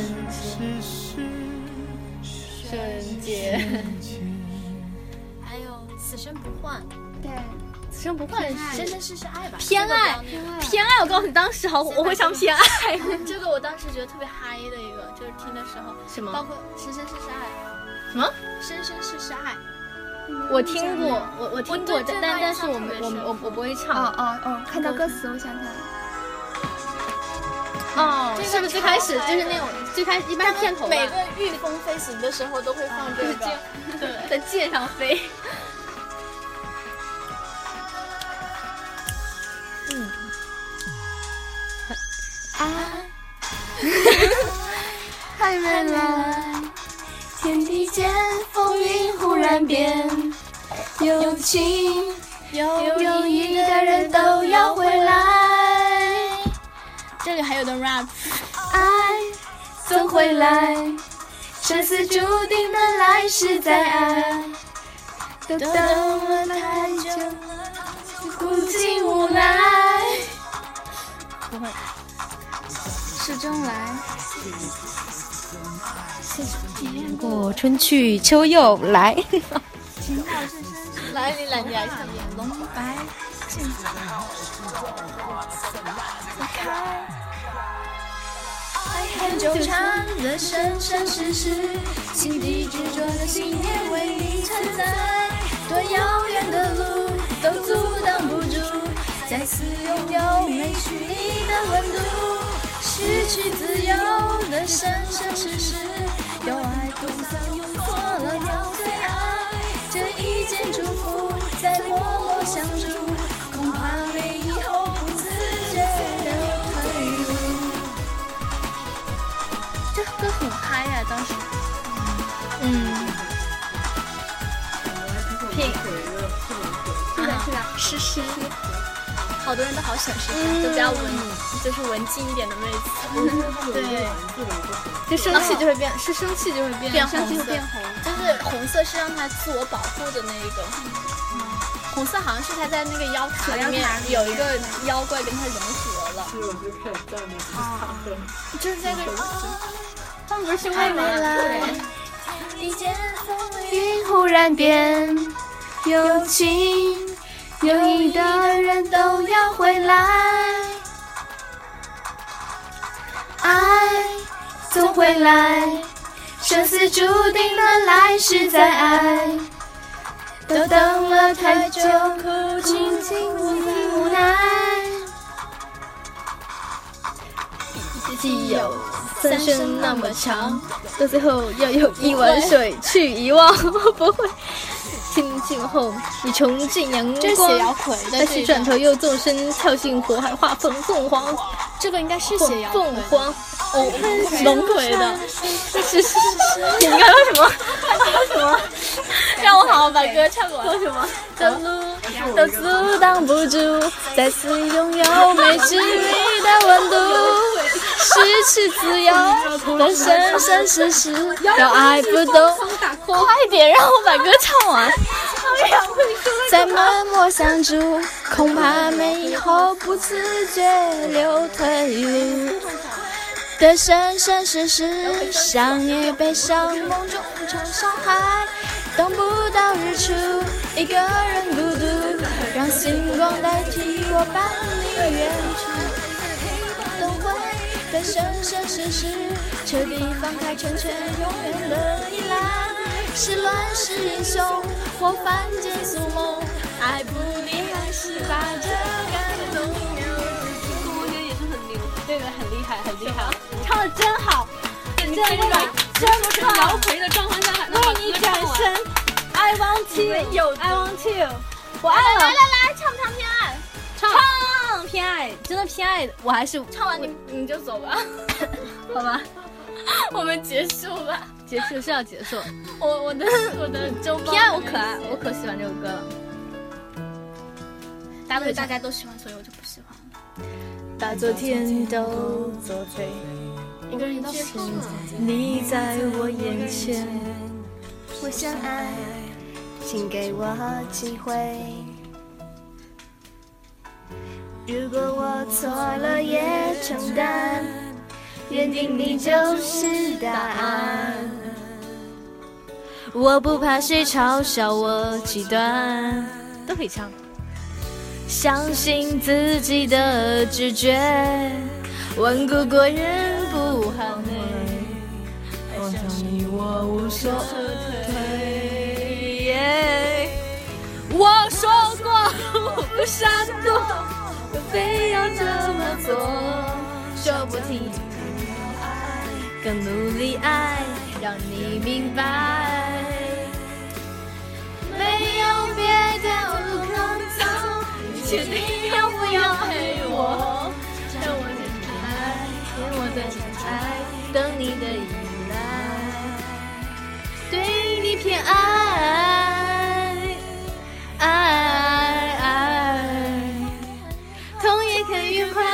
瞬间。 还有此生不换， 对， 此生不换生生世世爱吧， 偏爱，偏爱。我告诉你，当时我会唱偏爱。 这个我当时觉得特别嗨的一个，就是听的时候， 什么？ 包括生生世世爱， 什么？ 生生世世爱。 我听过，我听过，但是我不会唱。 看到歌词我想起来了。 哦，是不是最开始就是那种最开始一般是片头吧？ 每个御风飞行的时候都会放这个， 对，在剑上飞。 还没来，天地间风云忽然变，有情有义的人都要回来。 这里还有的 rap， 爱总会来，生死注定的来世再爱，都等了太久，苦尽无奈。 不会， 始终来。 过春去秋又来。 来，你来唱《龙白剑》。爱很纠缠的生生世世，心底执着的信念为你承载，多遥远的路都阻挡不住，再次拥有没虚拟的温度，失去自由的生生世世，有爱独丧用错了秒对爱，这一件祝福再默默相助，恐怕没以后不自觉的退路。这歌很嗨呀，当时。诗诗，好多人都好喜欢诗诗，都比较就是文静一点的妹子。对， 就生气就会变，是生气就会变红色，就是红色是让他自我保护的那一个。红色好像是他在那个妖塔里面有一个妖怪跟他融合了。 是我就开始赞美他了。 就是这个。 他们不是兄妹吗？ 云忽然变，有情有义的人都要回来，爱总会来，生死注定的来世再爱，都等了太久，苦尽无奈。 既有三生那么长，到最后要有一碗水去遗忘。我不会听尽后你穷尽阳光， 这写姚葵的， 但是转头又纵身跳进火海，化凤凰。 这个应该是写姚葵凤凰龙葵的。是，你刚刚说什么？说什么？ 让我好好把歌唱完。 说什么？的路都阻挡不住，再次拥有没距离的温度，失去自由的生生世世，要爱不懂。快点让我把歌唱完。 再默默相助，恐怕没以后不自觉留退路的生生世世，伤也悲伤，梦中常伤害，等不到日出，一个人孤独，让星光代替我伴你远去，等会的生生世世，彻底放开成全永远的依赖，是乱世英雄或凡间俗梦，爱不离还是把这感动留住。 我觉得也是很牛， 这个很厉害，很厉害， 唱的真好，真的真好。姚葵的状况下还能把歌唱完。 I want you, I want you， 我爱了。 来，唱不唱偏爱？ 唱偏爱，真的偏爱。我还是唱完你就走吧， 好吧？ 我们结束吧。 结束是要结束。 我的周报偏爱我可爱，我可喜欢这首歌了。 大家都喜欢，所以我就不喜欢了。 把昨天都作废， 一个人到现在， 你在我眼前，我想爱， 请给我机会。如果我错了也承担，认定你就是答案。 我不怕谁嘲笑我极端， 都可以唱。 相信自己的直觉，顽固过人不喊累，爱上你我无所退。我说过我不闪躲，我非要这么做，说不停更努力爱，让你明白，没有别的路可走，你确定要不要爱我？让我等待，让我等待，等你的依赖，对你偏爱，痛也可愉快。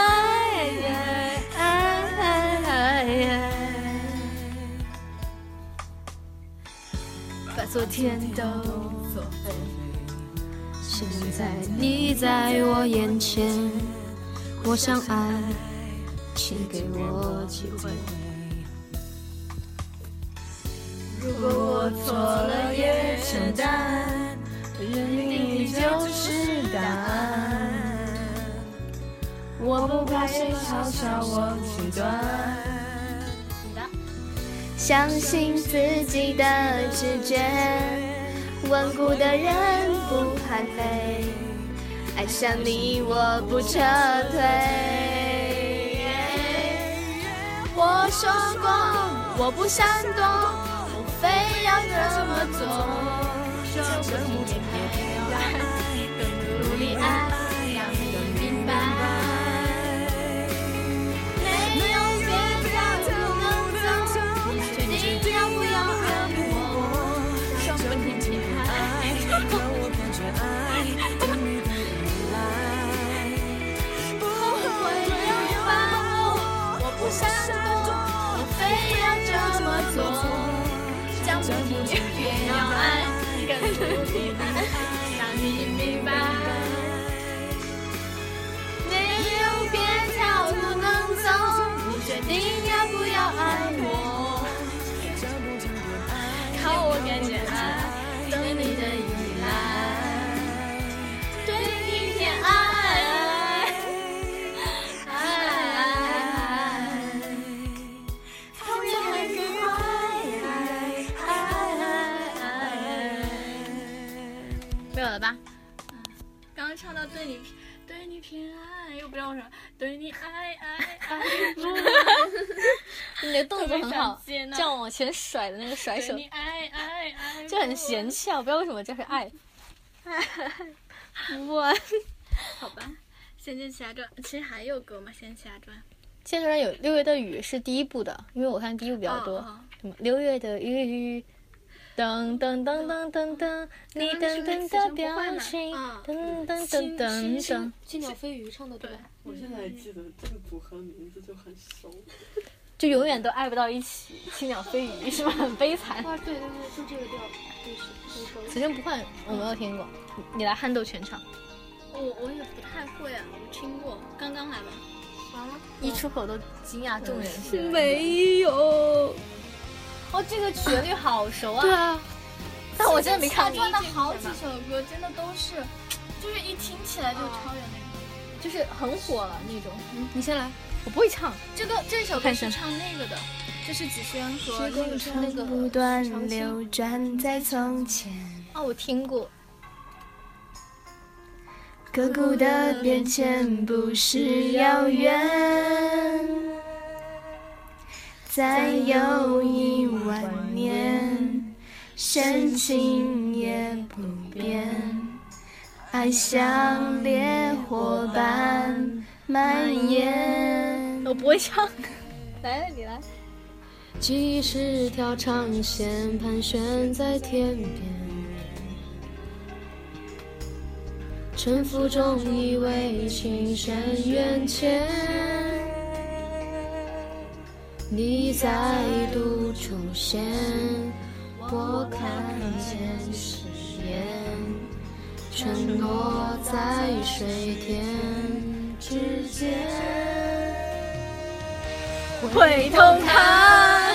把昨天都作废，现在你在我眼前，我想爱，请给我机会。如果我错了也承担，认定你就是答案。我不怕谁嘲笑我极端。 相信自己的直觉，顽固的人不喊累，爱上你我不撤退。 我说过我不闪躲，我非要这么做，说不停也爱，更努力爱，让你明白，没有别的路能走，你决定要不要爱我？说不停也爱，让我感觉爱，对你的依赖，不会有把握，我不闪躲，我非要这么做，讲不停也要爱，更努力爱，让你明白，没有别条路能走，你决定要不要爱我？靠我感觉爱，等你的依赖，对你偏爱，痛也很愉快， 没有了吧？ 刚刚唱到对你偏爱，又不知道什么，对你爱， 你的动作很好， 特别想接呢这样往前甩的那个甩手对你爱， 就很嫌弃啊！我不知道为什么这是爱。我好吧，《仙剑奇侠传》其实还有歌吗？《仙剑奇侠传》 现在有六月的雨是第一部的，因为我看第一部比较多。什么六月的雨，噔噔噔噔噔噔，你噔噔的表情，噔噔噔噔噔。 金鸟飞鱼唱的对吧？ 我现在还记得这个组合名字就很熟。 就永远都爱不到一起，青鸟飞鱼是吧？很悲惨。 啊，对，就这个调，就是此生不换我没有听过，你来憨豆全场。 我也不太会啊，我听过，刚刚来吧。 一出口都惊讶众人是吧？ 没有。 哦，这个旋律好熟啊！ 对啊， 但我真的没看过。 传的好几首歌真的都是，就是一听起来就超有那个， 就是很火了那种。 你先来。 我不会唱这首歌是唱那个的，就是子轩和那个不断流转在从前， 哦，我听过。 刻骨的变迁不是遥远，再有10000年，深情也不变，爱像烈火般蔓延。 我不会唱，来，你来。 记忆是条长线，盘旋在天边，沉浮中以为情深缘浅，你再度出现，我看见是天，承诺在水天之间。回头看，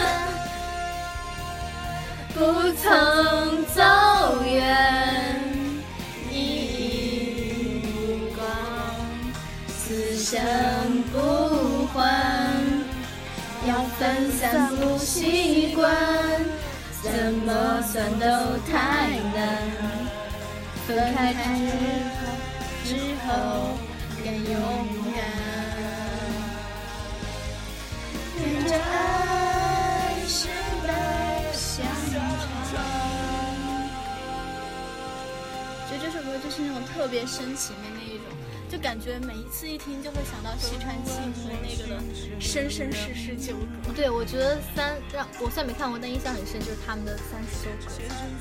不曾走远，一目光，此生不换。要分散不习惯，怎么算都太难。分开之后更勇敢，跟着爱失败相长。 觉得这首歌就是那种特别深情的那一种，就感觉每一次一听就会想到西川庆和那个的生生世世纠葛。 对，我觉得我虽然没看过，但印象很深，就是他们的30首歌。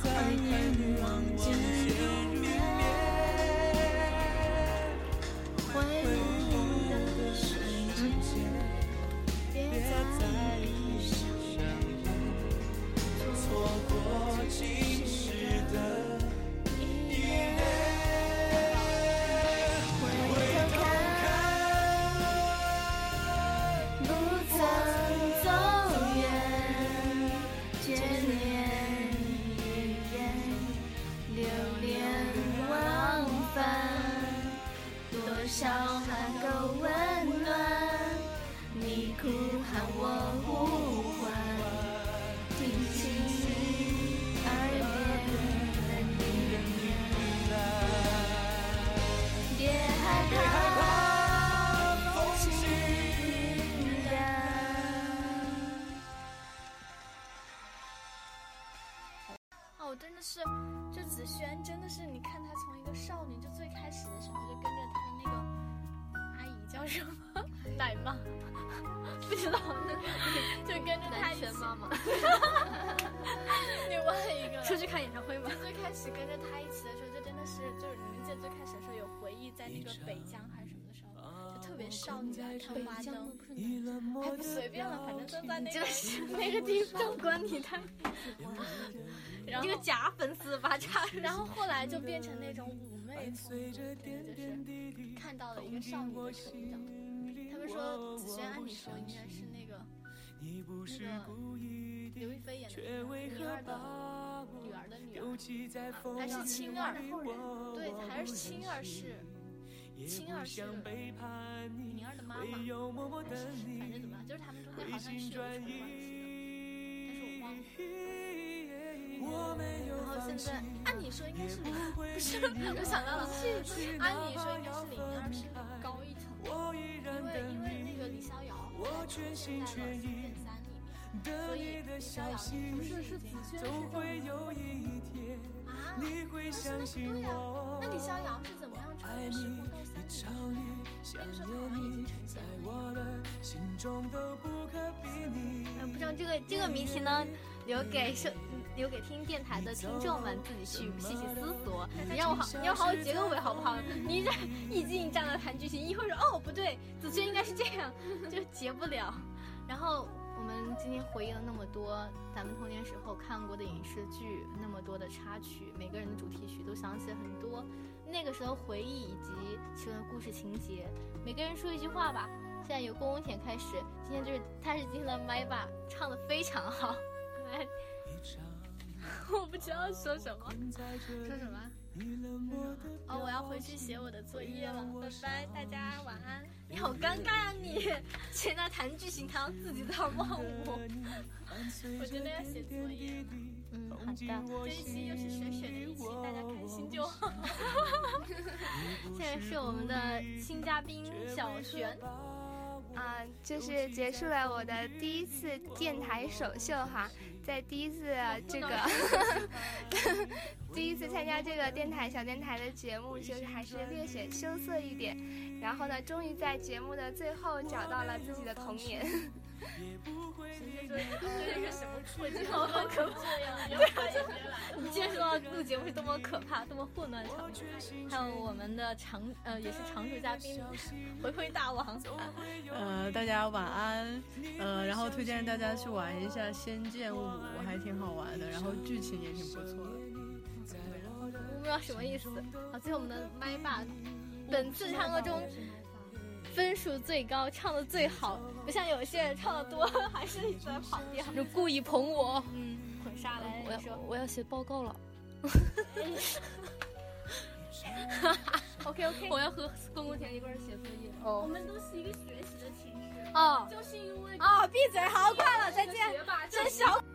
少还够温暖，你哭喊我呼唤，听清耳边的呢喃，别害怕风轻云淡。 哦，真的是，就子萱真的是，你看她从一个少女，就最开始的时候就跟着她的那个阿姨叫什么奶妈，不知道，就跟着她一起。妈妈。另外一个出去看演唱会吗？ 就最开始跟着她一起的时候，就真的是，就是你们记得最开始的时候有回忆，在那个北疆还是什么的时候，就特别少女啊，看花灯，还不随便了，反正就在那个地方， 关你太。 然后这个假粉丝吧， 然后后来就变成那种妩媚从中，就是看到了一个少女的成长。他们说子萱按理说应该是那个刘亦菲演的女儿的女儿，还是青儿？对，还是青儿是宁儿的妈妈，反正怎么样，就是他们中间好像是有什么关系的，但是我忘了。然后现在按理说应该是不是，我想到了，按理说应该是灵儿是高一层，因为那个李逍遥出现在了4.3里面，所以李逍遥不是子萱是啊？对呀，那李逍遥是怎么样穿越时空到3里面？那个时候好像已经成仙了。 不知道这个谜题呢，留给听电台的听众们自己去细细思索。你要好好结个尾好不好？你这一惊一乍的谈剧情，一会儿说哦不对，子萱应该是这样，就结不了。然后我们今天回忆了那么多咱们童年时候看过的影视剧，那么多的插曲，每个人的主题曲都想起了很多那个时候回忆以及其中的故事情节。每个人说一句话吧。现在由龚文田开始，今天就是他是今天的麦霸，唱得非常好。来，我不知道说什么，说什么？ 哦，我要回去写我的作业了，拜拜，大家晚安。 你好尴尬啊你！现在谈剧情谈到自己在忘我。 我真的要写作业了。 好的。 这一期又是雪雪的一期，大家开心就好。 现在是我们的新嘉宾小璇。 就是结束了我的第一次电台首秀哈，在第一次这个第一次参加这个小电台的节目，就是还是略显羞涩一点。然后呢，终于在节目的最后找到了自己的童年。 这是什么破节目？好可怕呀！ 你介绍到录节目是多么可怕，多么混乱场面。还有我们的也是常驻嘉宾回回大王。 大家晚安。然后推荐大家去玩一下《仙剑5》，还挺好玩的，然后剧情也挺不错的。 不知道什么意思。好，最后我们的麦霸，本次唱歌中分数最高，唱的最好，不像有些人唱的多还是一直在跑调， 就故意捧我。 捧杀来， 我要写报告了。 OK， 我要和公公田一块儿写作业。 我们都是一个学习的寝室。 哦， 就是因为闭嘴，好，快了，再见，真小。